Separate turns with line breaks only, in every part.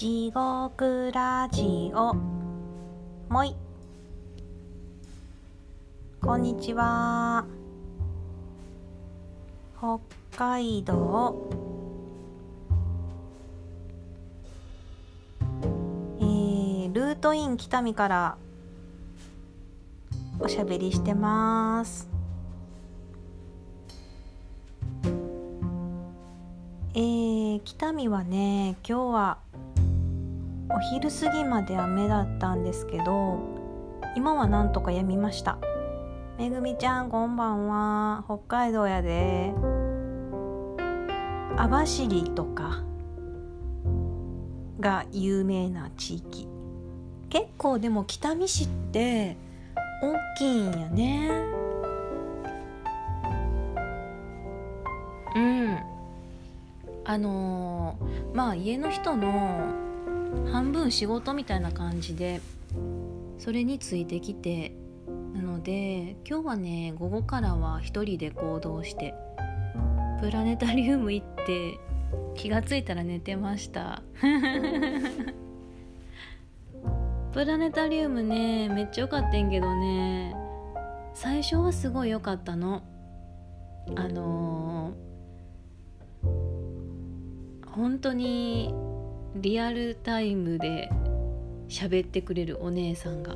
地獄ラジオもい。こんにちは。北海道ルートイン北見からおしゃべりしてます。北見はね、今日はお昼過ぎまで雨だったんですけど、今はなんとか止みました。めぐみちゃんこんばんは。北海道やで。網走とかが有名な地域。結構でも北見市って大きいんやね。家の人の半分仕事みたいな感じでそれについてきて、なので今日はね、午後からは一人で行動してプラネタリウム行って気がついたら寝てましたプラネタリウムね、めっちゃ良かったんけどね、最初はすごい良かったの。本当にリアルタイムで喋ってくれるお姉さんが、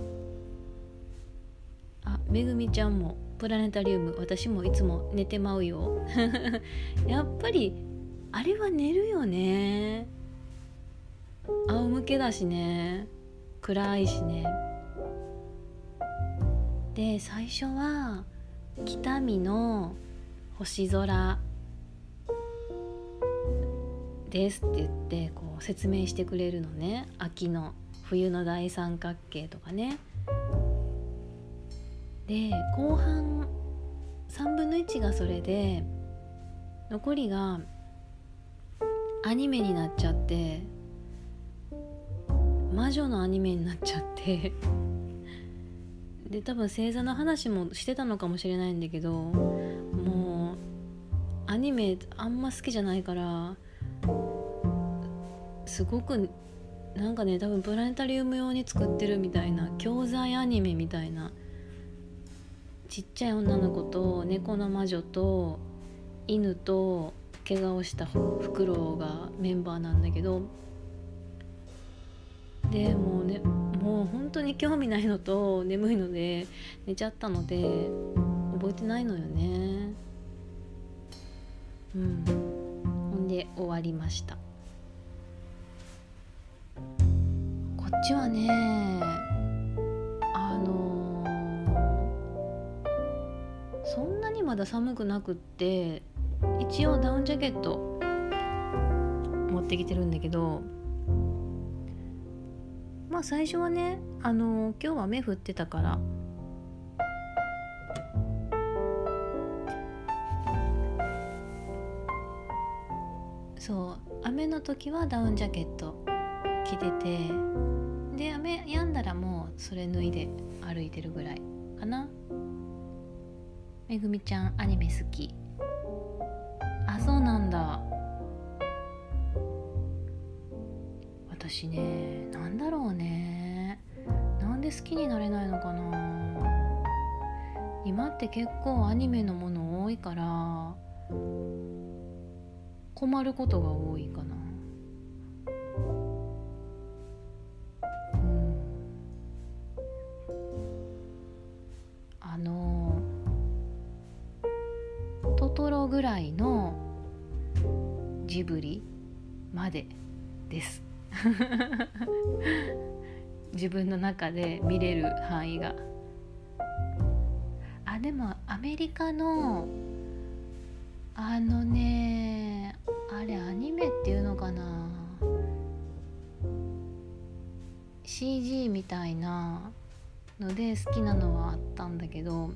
めぐみちゃんもプラネタリウム、私もいつも寝てまうよやっぱりあれは寝るよね。仰向けだしね、暗いしね。で、最初は北見の星空ですって言ってこう説明してくれるのね。秋の冬の大三角形とかね。で、後半3分の1がそれで、残りがアニメになっちゃって、魔女のアニメになっちゃってで、多分星座の話もしてたのかもしれないんだけど、もうアニメあんま好きじゃないから、すごくなんかね、多分プラネタリウム用に作ってるみたいな教材アニメみたいな、ちっちゃい女の子と猫の魔女と犬と怪我をしたフクロウがメンバーなんだけど、でもうね、もう本当に興味ないのと眠いので寝ちゃったので覚えてないのよね。ほんで終わりました。こっちはね、そんなにまだ寒くなくって、一応ダウンジャケット持ってきてるんだけど、最初はね、今日は雨降ってたから、そう雨の時はダウンジャケット着てて、で雨止んだらもうそれ脱いで歩いてるぐらいかな。めぐみちゃんアニメ好き？そうなんだ。私ね、なんだろうね、なんで好きになれないのかな。今って結構アニメのもの多いから困ることが多いかな。トトロぐらいのジブリまでです自分の中で見れる範囲が。でもアメリカのあれアニメっていうのかな、 CG みたいなので好きなのはあったんだけど、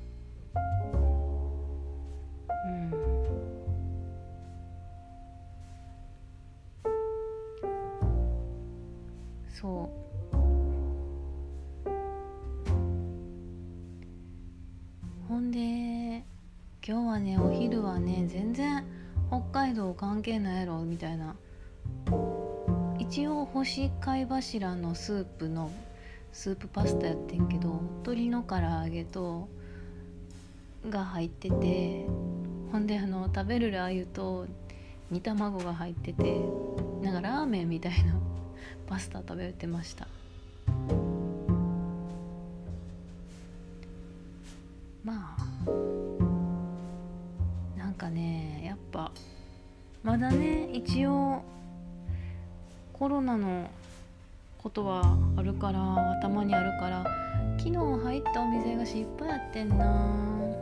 ほんで今日はね、お昼はね、全然北海道関係ないやろみたいな、い一応干し貝柱のスープパスタやってんけど、鶏の唐揚げとが入ってて、ほんで食べるラー油と煮卵が入ってて、なんかラーメンみたいなパスタ食べてました。まあなんかね、やっぱまだね、一応コロナのことはあるから、頭にあるから、昨日入ったお店が失敗やってんな。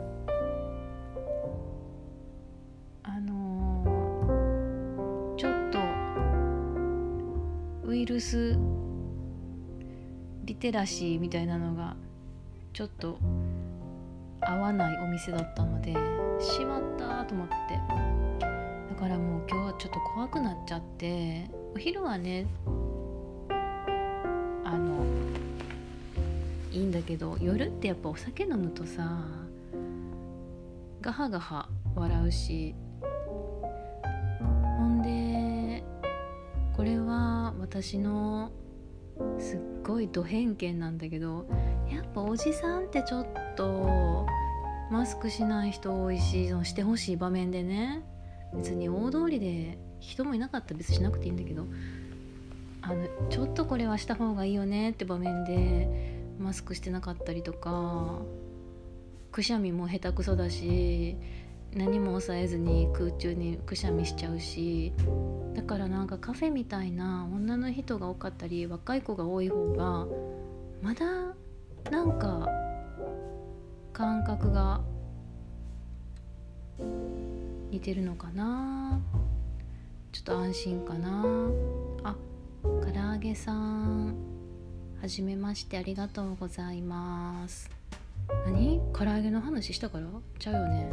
ちょっとウイルスリテラシーみたいなのがちょっと合わないお店だったので、しまったと思って、だからもう今日はちょっと怖くなっちゃって、お昼はねいいんだけど、夜ってやっぱお酒飲むとさ、ガハガハ笑うし、ほんでこれは私のすっごいド偏見なんだけど、やっぱおじさんってちょっとマスクしない人多いし、してほしい場面でね、別に大通りで人もいなかったら別にしなくていいんだけど、ちょっとこれはした方がいいよねって場面でマスクしてなかったりとか、くしゃみも下手くそだし、何も抑えずに空中にくしゃみしちゃうし、だからなんかカフェみたいな女の人が多かったり若い子が多い方がまだなんか感覚が似てるのかな、ちょっと安心かな。あ、唐揚げさんはじめまして、ありがとうございます。何？唐揚げの話したからちゃうよね。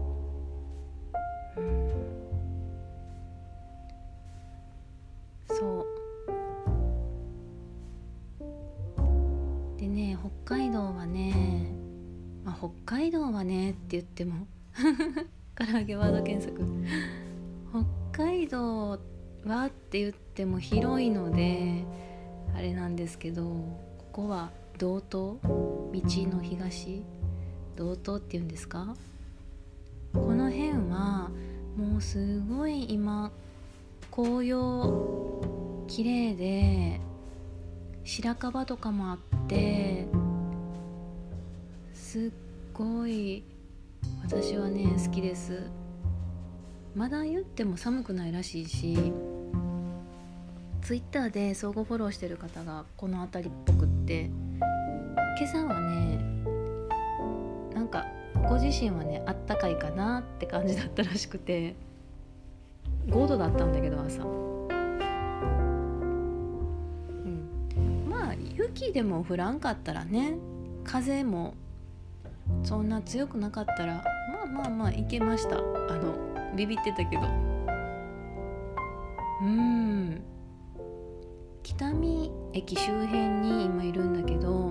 そうでね、北海道はね、北海道はねって言っても唐揚げワード検索北海道はって言っても広いのであれなんですけど、ここは道東、道の東、道東っていうんですか、この辺はもうすごい今紅葉綺麗で、白樺とかもあって、すっごい私はね好きです。まだ言っても寒くないらしいし、ツイッターで相互フォローしてる方がこの辺りっぽくって、今朝はねなんかご自身はねあったかいかなって感じだったらしくて、5度だったんだけど朝、まあ雪でも降らんかったらね、風もそんな強くなかったらまあいけました。ビビってたけど、北見駅周辺に今いるんだけど、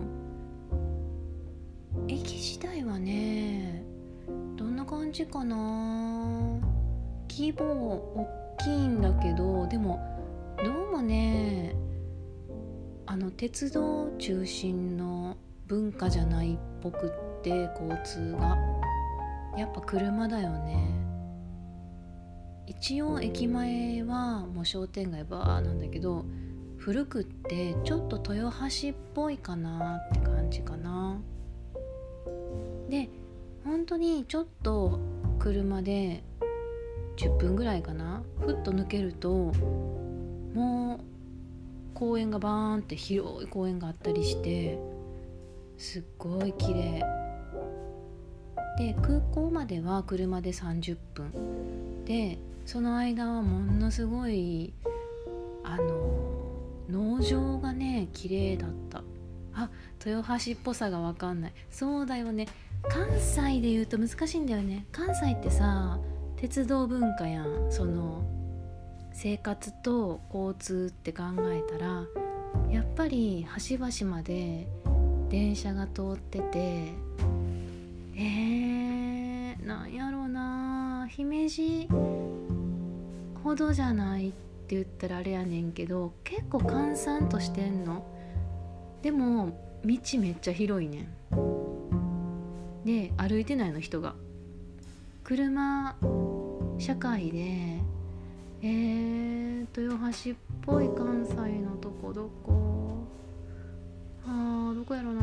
駅自体はねどんな感じかな、規模大きいんだけど、でもどうもね鉄道中心の文化じゃないっぽくって、交通がやっぱ車だよね。一応駅前はもう商店街バーなんだけど、古くってちょっと豊橋っぽいかなって感じかな。で本当にちょっと車で10分ぐらいかな、ふっと抜けるともう公園がバーンって広い公園があったりして、すっごい綺麗で、空港までは車で30分で、その間はものすごい農場がね綺麗だった。豊橋っぽさが分かんない。そうだよね、関西で言うと難しいんだよね。関西ってさ鉄道文化やん。その生活と交通って考えたらやっぱり端々まで電車が通ってて、なんやろうな、姫路ほどじゃない言ったらあれやねんけど、結構閑散としてんの。でも道めっちゃ広いねん。で歩いてないの、人が。車社会で豊橋っぽい関西のとこどこ、どこやろな。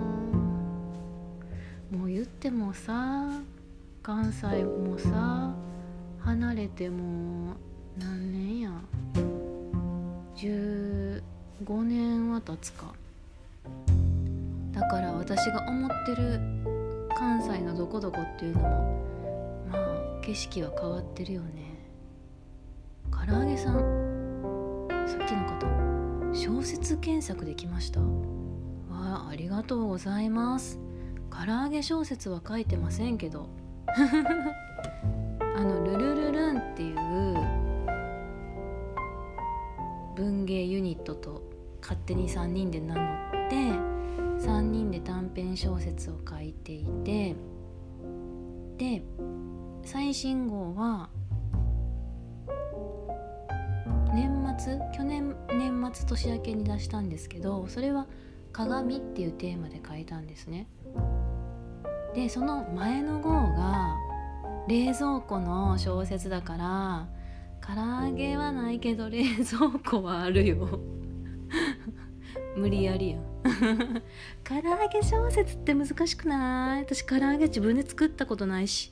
もう言ってもさ、関西もさ離れても何年や、15年は経つか。だから私が思ってる関西のどこどこっていうのもまあ景色は変わってるよね。唐揚げさん、さっきの方小説検索できました。ありがとうございます。唐揚げ小説は書いてませんけどルルルルンっていう文芸ユニットと勝手に3人で名乗って3人で短編小説を書いていて、で最新号は去年年末年明けに出したんですけど、それは鏡っていうテーマで書いたんですね。でその前の号が冷蔵庫の小説だから、唐揚げはないけど冷蔵庫はあるよ無理やりやん唐揚げ小説って難しくない？私唐揚げ自分で作ったことないし、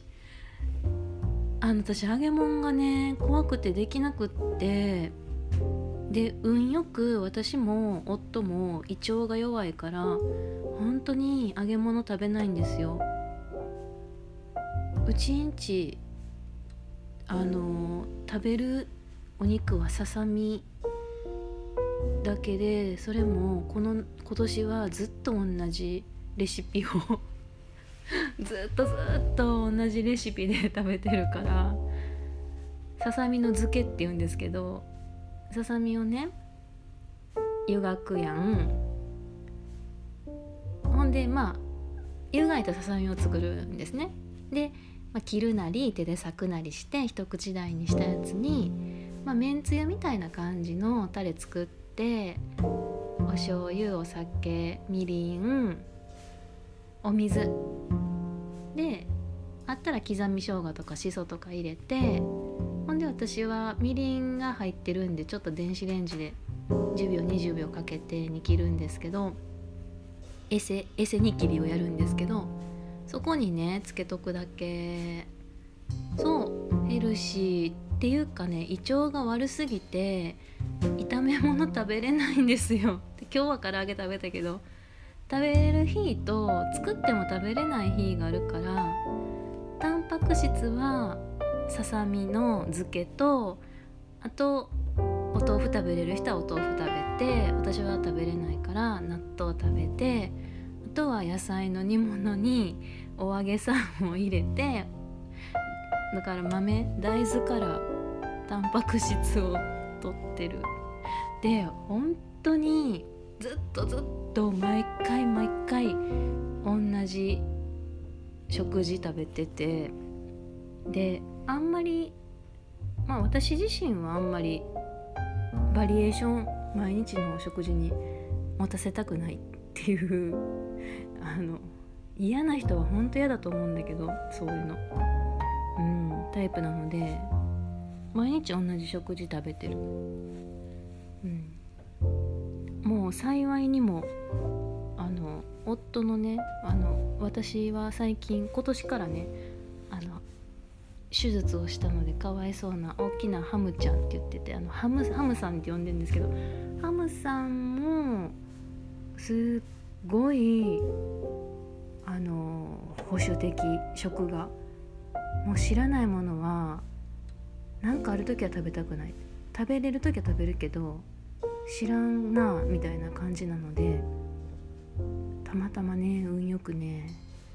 私揚げ物がね怖くてできなくって、で運よく私も夫も胃腸が弱いから本当に揚げ物食べないんですよ。うちんち食べるお肉はささみだけで、それも今年はずっと同じレシピをずっと同じレシピで食べてるから、ささみの漬けって言うんですけど、ささみをね湯がくやん。ほんで湯がいたささみを作るんですね。で、切るなり手で裂くなりして一口大にしたやつに、めんつゆみたいな感じのタレ作って、お醤油、お酒、みりん、お水で、あったら刻み生姜とかしそとか入れて、ほんで私はみりんが入ってるんでちょっと電子レンジで10秒20秒かけて煮切るんですけど、エセ煮切りをやるんですけど、そこにねつけとくだけ。そうヘルシーっていうかね、胃腸が悪すぎて炒め物食べれないんですよ。で今日は唐揚げ食べたけど、食べれる日と作っても食べれない日があるから、タンパク質はささみの漬けと、あとお豆腐食べれる人はお豆腐食べて、私は食べれないから納豆食べて、あとは野菜の煮物にお揚げさんを入れて、だから大豆からタンパク質を取ってる。で本当にずっと毎回同じ食事食べてて、であんまり私自身はあんまりバリエーション毎日の食事に持たせたくないっていう嫌な人は本当嫌だと思うんだけど、そういうのタイプなので毎日同じ食事食べてる。もう幸いにも夫のね私は今年からね手術をしたのでかわいそうな大きなハムちゃんって言ってて、ハムさんって呼んでるんですけど、ハムさんもすっごい保守的食が、もう知らないものはなんかある時は食べたくない、食べれる時は食べるけど知らんなみたいな感じなので、たまたまね運よくね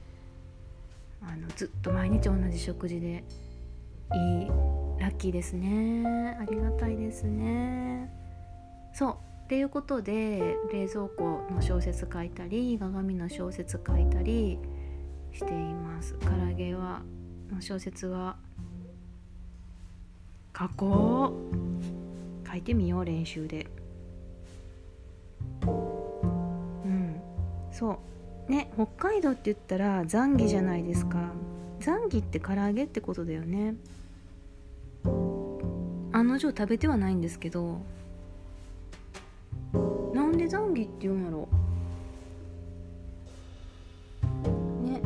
ずっと毎日同じ食事でいい、ラッキーですね、ありがたいですね。そうっていうことで冷蔵庫の小説書いたり鏡の小説書いたりしています。唐揚げの小説は書書いてみよう、練習で。そうね、北海道って言ったらザンギじゃないですか。ザンギって唐揚げってことだよね。案の定食べてはないんですけど、なんでザンギって言うんやろね。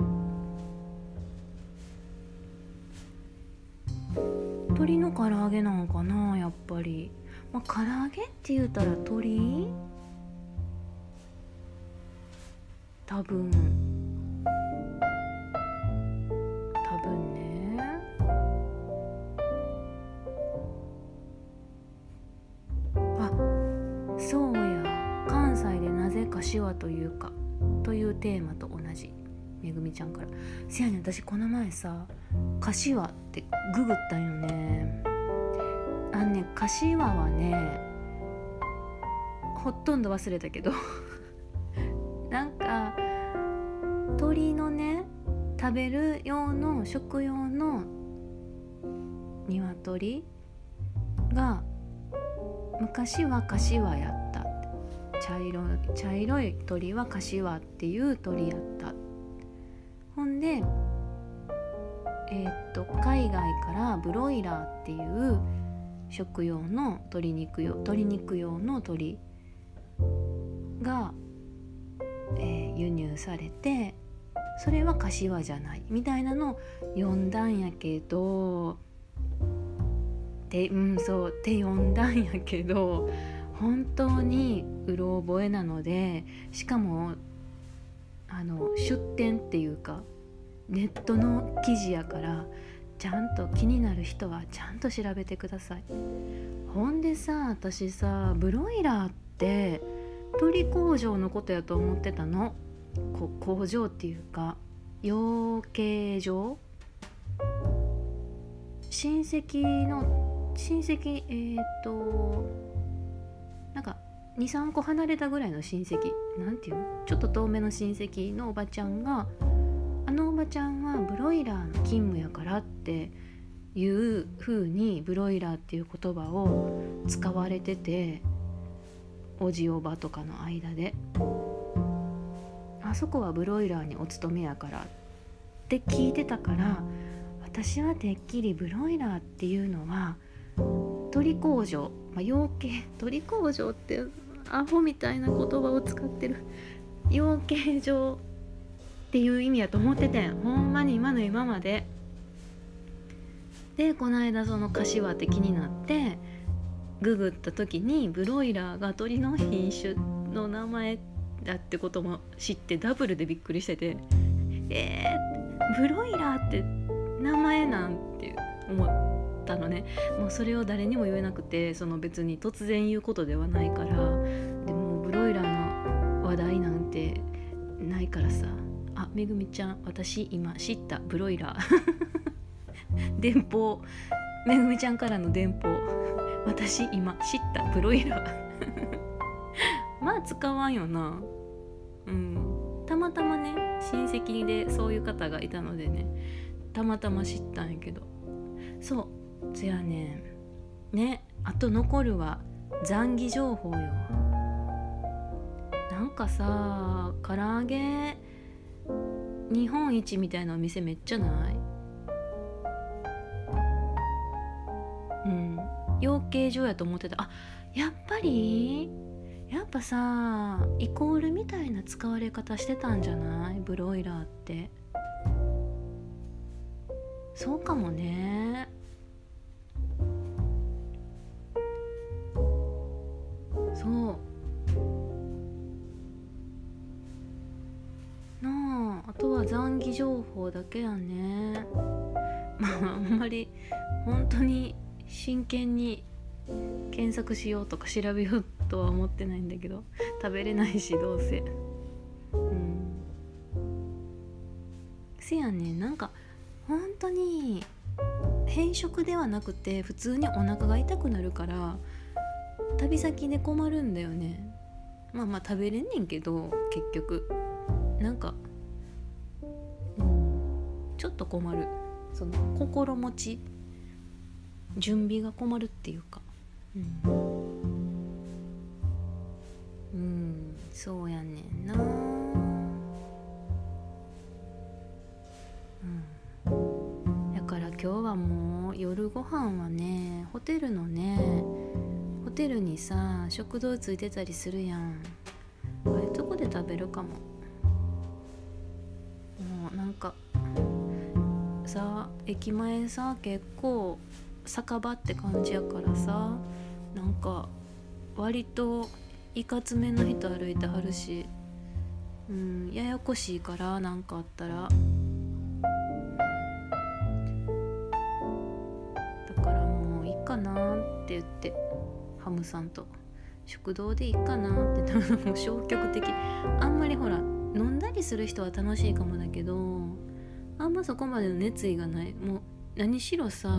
鶏の唐揚げなんかな、やっぱり。唐揚げって言うたら鶏、多分ね。あ、そうや、関西でなぜかしわというかというテーマと同じ。めぐみちゃんから。せやねん、私この前さ、かしわってググったんよね。かしわはね、ほとんど忘れたけどなんか鳥のね、食べる用の食用の鶏が昔はかしわやったって。茶色い鳥はかしわっていう鳥やった。ほんで海外からブロイラーっていう食用の鶏肉用の鳥が、輸入されて、それは柏じゃないみたいなのを読んだんやけど、そうって読んだんやけど、本当にうろ覚えなので、しかも出典っていうかネットの記事やから、ちゃんと気になる人はちゃんと調べてください。ほんでさ、私さ、ブロイラーって鳥工場のことやと思ってたの。工場っていうか養鶏場、親戚なんか 2,3 個離れたぐらいの親戚、なんていうの、ちょっと遠めの親戚のおばちゃんが、おばちゃんはブロイラーの勤務やからっていう風にブロイラーっていう言葉を使われてて、おじおばとかの間で、あそこはブロイラーにお勤めやからって聞いてたから、私はてっきりブロイラーっていうのは鳥工場、養鶏、鳥工場ってアホみたいな言葉を使ってる、養鶏場っていう意味やと思っててん、ほんまに今の今まで。でこの間その柏って気になってググった時に、ブロイラーが鳥の品種の名前だってことも知って、ダブルでびっくりしてて、ブロイラーって名前なんて思ったのね。もうそれを誰にも言えなくて、別に突然言うことではないから、でもブロイラーの話題なんてないからさ。あ、めぐみちゃん、私今知ったブロイラー電報、めぐみちゃんからの電報、私今知ったブロイラー使わんよな。たまたまね、親戚でそういう方がいたのでね、たまたま知ったんやけど、そうじゃあね、あと残るは残儀情報よ。なんかさ、唐揚げ日本一みたいなお店めっちゃない？養鶏場やと思ってた。やっぱさ、イコールみたいな使われ方してたんじゃない？ブロイラーって。そうかもね。そうなあ。あとは残儀情報だけやね。あんまり本当に真剣に検索しようとか調べようとは思ってないんだけど、食べれないしどうせ。せやね、なんか本当に偏食ではなくて、普通にお腹が痛くなるから旅先で困るんだよね。食べれんねんけど、結局なんか、ちょっと困る。その心持ち、準備が困るっていうか、 そうやねんな。だから今日はもう夜ご飯はね、ホテルにさ食堂ついてたりするやん。ああいうとこで食べるかも。もうなんかさ、駅前さ結構酒場って感じやからさ、なんか割といかつめの人歩いてはるし、ややこしいから、なんかあったら。だからもういいかなって言って、ハムさんと食堂でいいかなってもう消極的。あんまりほら飲んだりする人は楽しいかもだけど、あんまそこまでの熱意がない。もう何しろさ、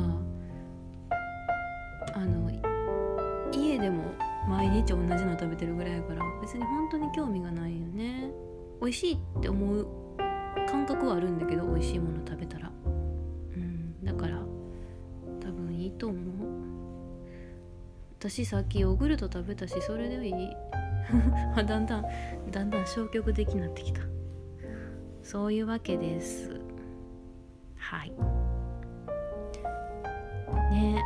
家でも毎日同じの食べてるぐらいやから、別に本当に興味がないよね。美味しいって思う感覚はあるんだけど、美味しいもの食べたら、だから多分いいと思う。私さっきヨーグルト食べたし、それでいいだんだん消極的になってきた。そういうわけです。はいね。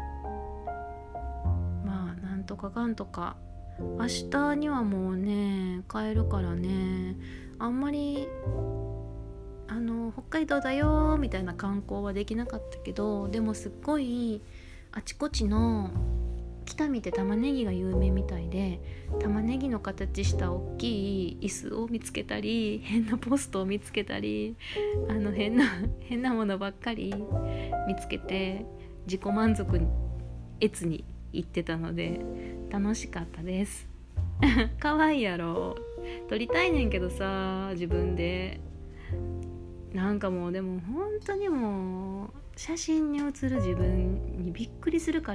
まあなんとかかんとか、明日にはもうね帰るからね、あんまり北海道だよみたいな観光はできなかったけど、でもすっごいあちこちの北見って玉ねぎが有名みたいで、玉ねぎの形した大きい椅子を見つけたり、変なポストを見つけたり、変なものばっかり見つけて、自己満足に越に行ってたので楽しかったです。可愛いやろ。撮りたいねんけどさ、自分で。なんかもうでも本当にもう写真に写る自分にびっくりするから、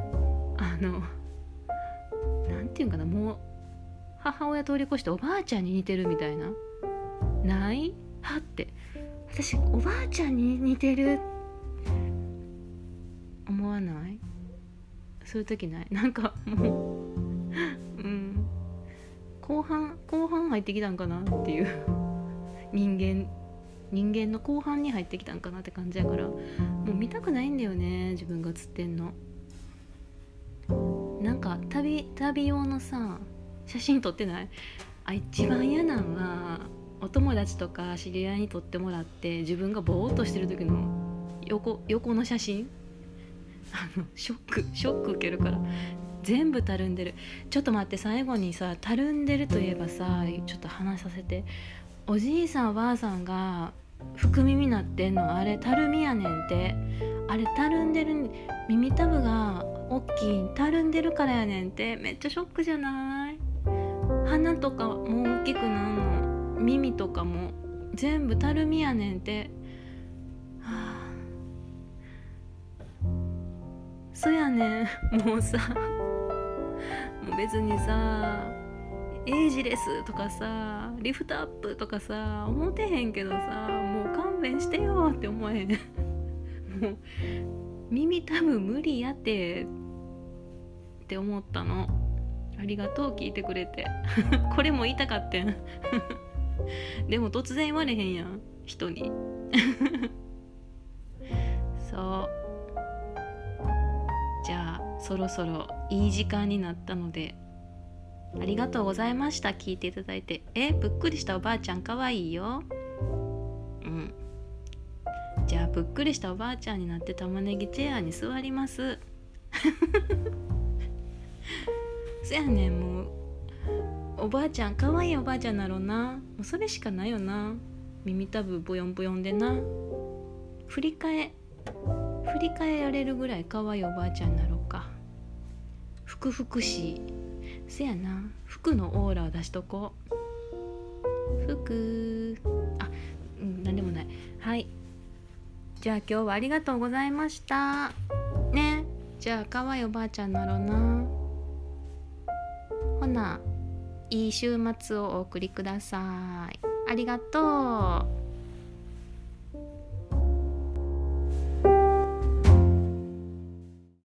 なんていうんかな、もう母親通り越しておばあちゃんに似てるみたいな、ないはって、私おばあちゃんに似てる思わない？そういう時ない？なんかもう後半入ってきたんかなっていう人間の後半に入ってきたんかなって感じやから、もう見たくないんだよね、自分が写ってんの。なんか旅用のさ写真撮ってない？一番嫌なんはお友達とか知り合いに撮ってもらって、自分がボーっとしてる時の横の写真、ショック受けるから全部たるんでる。ちょっと待って、最後にさ、たるんでるといえばさ、ちょっと話させて。おじいさんおばあさんが福耳なってんの、あれたるみやねんって。あれたるんでる、耳たぶが大きい、たるんでるからやねんって。めっちゃショックじゃない？鼻とかも大きくなるの、耳とかも全部たるみやねんって。そやねん。もうさ、もう別にさエイジレスとかさリフトアップとかさ思ってへんけどさ、もう勘弁してよって思えへん。もう耳多分無理やって思ったの。ありがとう、聞いてくれて。これも言いたかってん。でも突然言われへんやん、人に。そう、じゃあそろそろいい時間になったので、ありがとうございました。聞いていただいて。ぷっくりしたおばあちゃんかわいいよ。じゃあぷっくりしたおばあちゃんになって玉ねぎチェアに座ります。そやねん、もうおばあちゃん、かわいいおばあちゃんなろうな。もうそれしかないよな。耳たぶボヨンボヨンでな、振り替えられるぐらいかわいいおばあちゃんになろうか。ふくふくしい。せやな、服のオーラを出しとこう。なんでもない。はい、じゃあ今日はありがとうございましたね。じゃあかわいいおばあちゃんなろうな。ほな、いい週末をお送りください。ありがとう。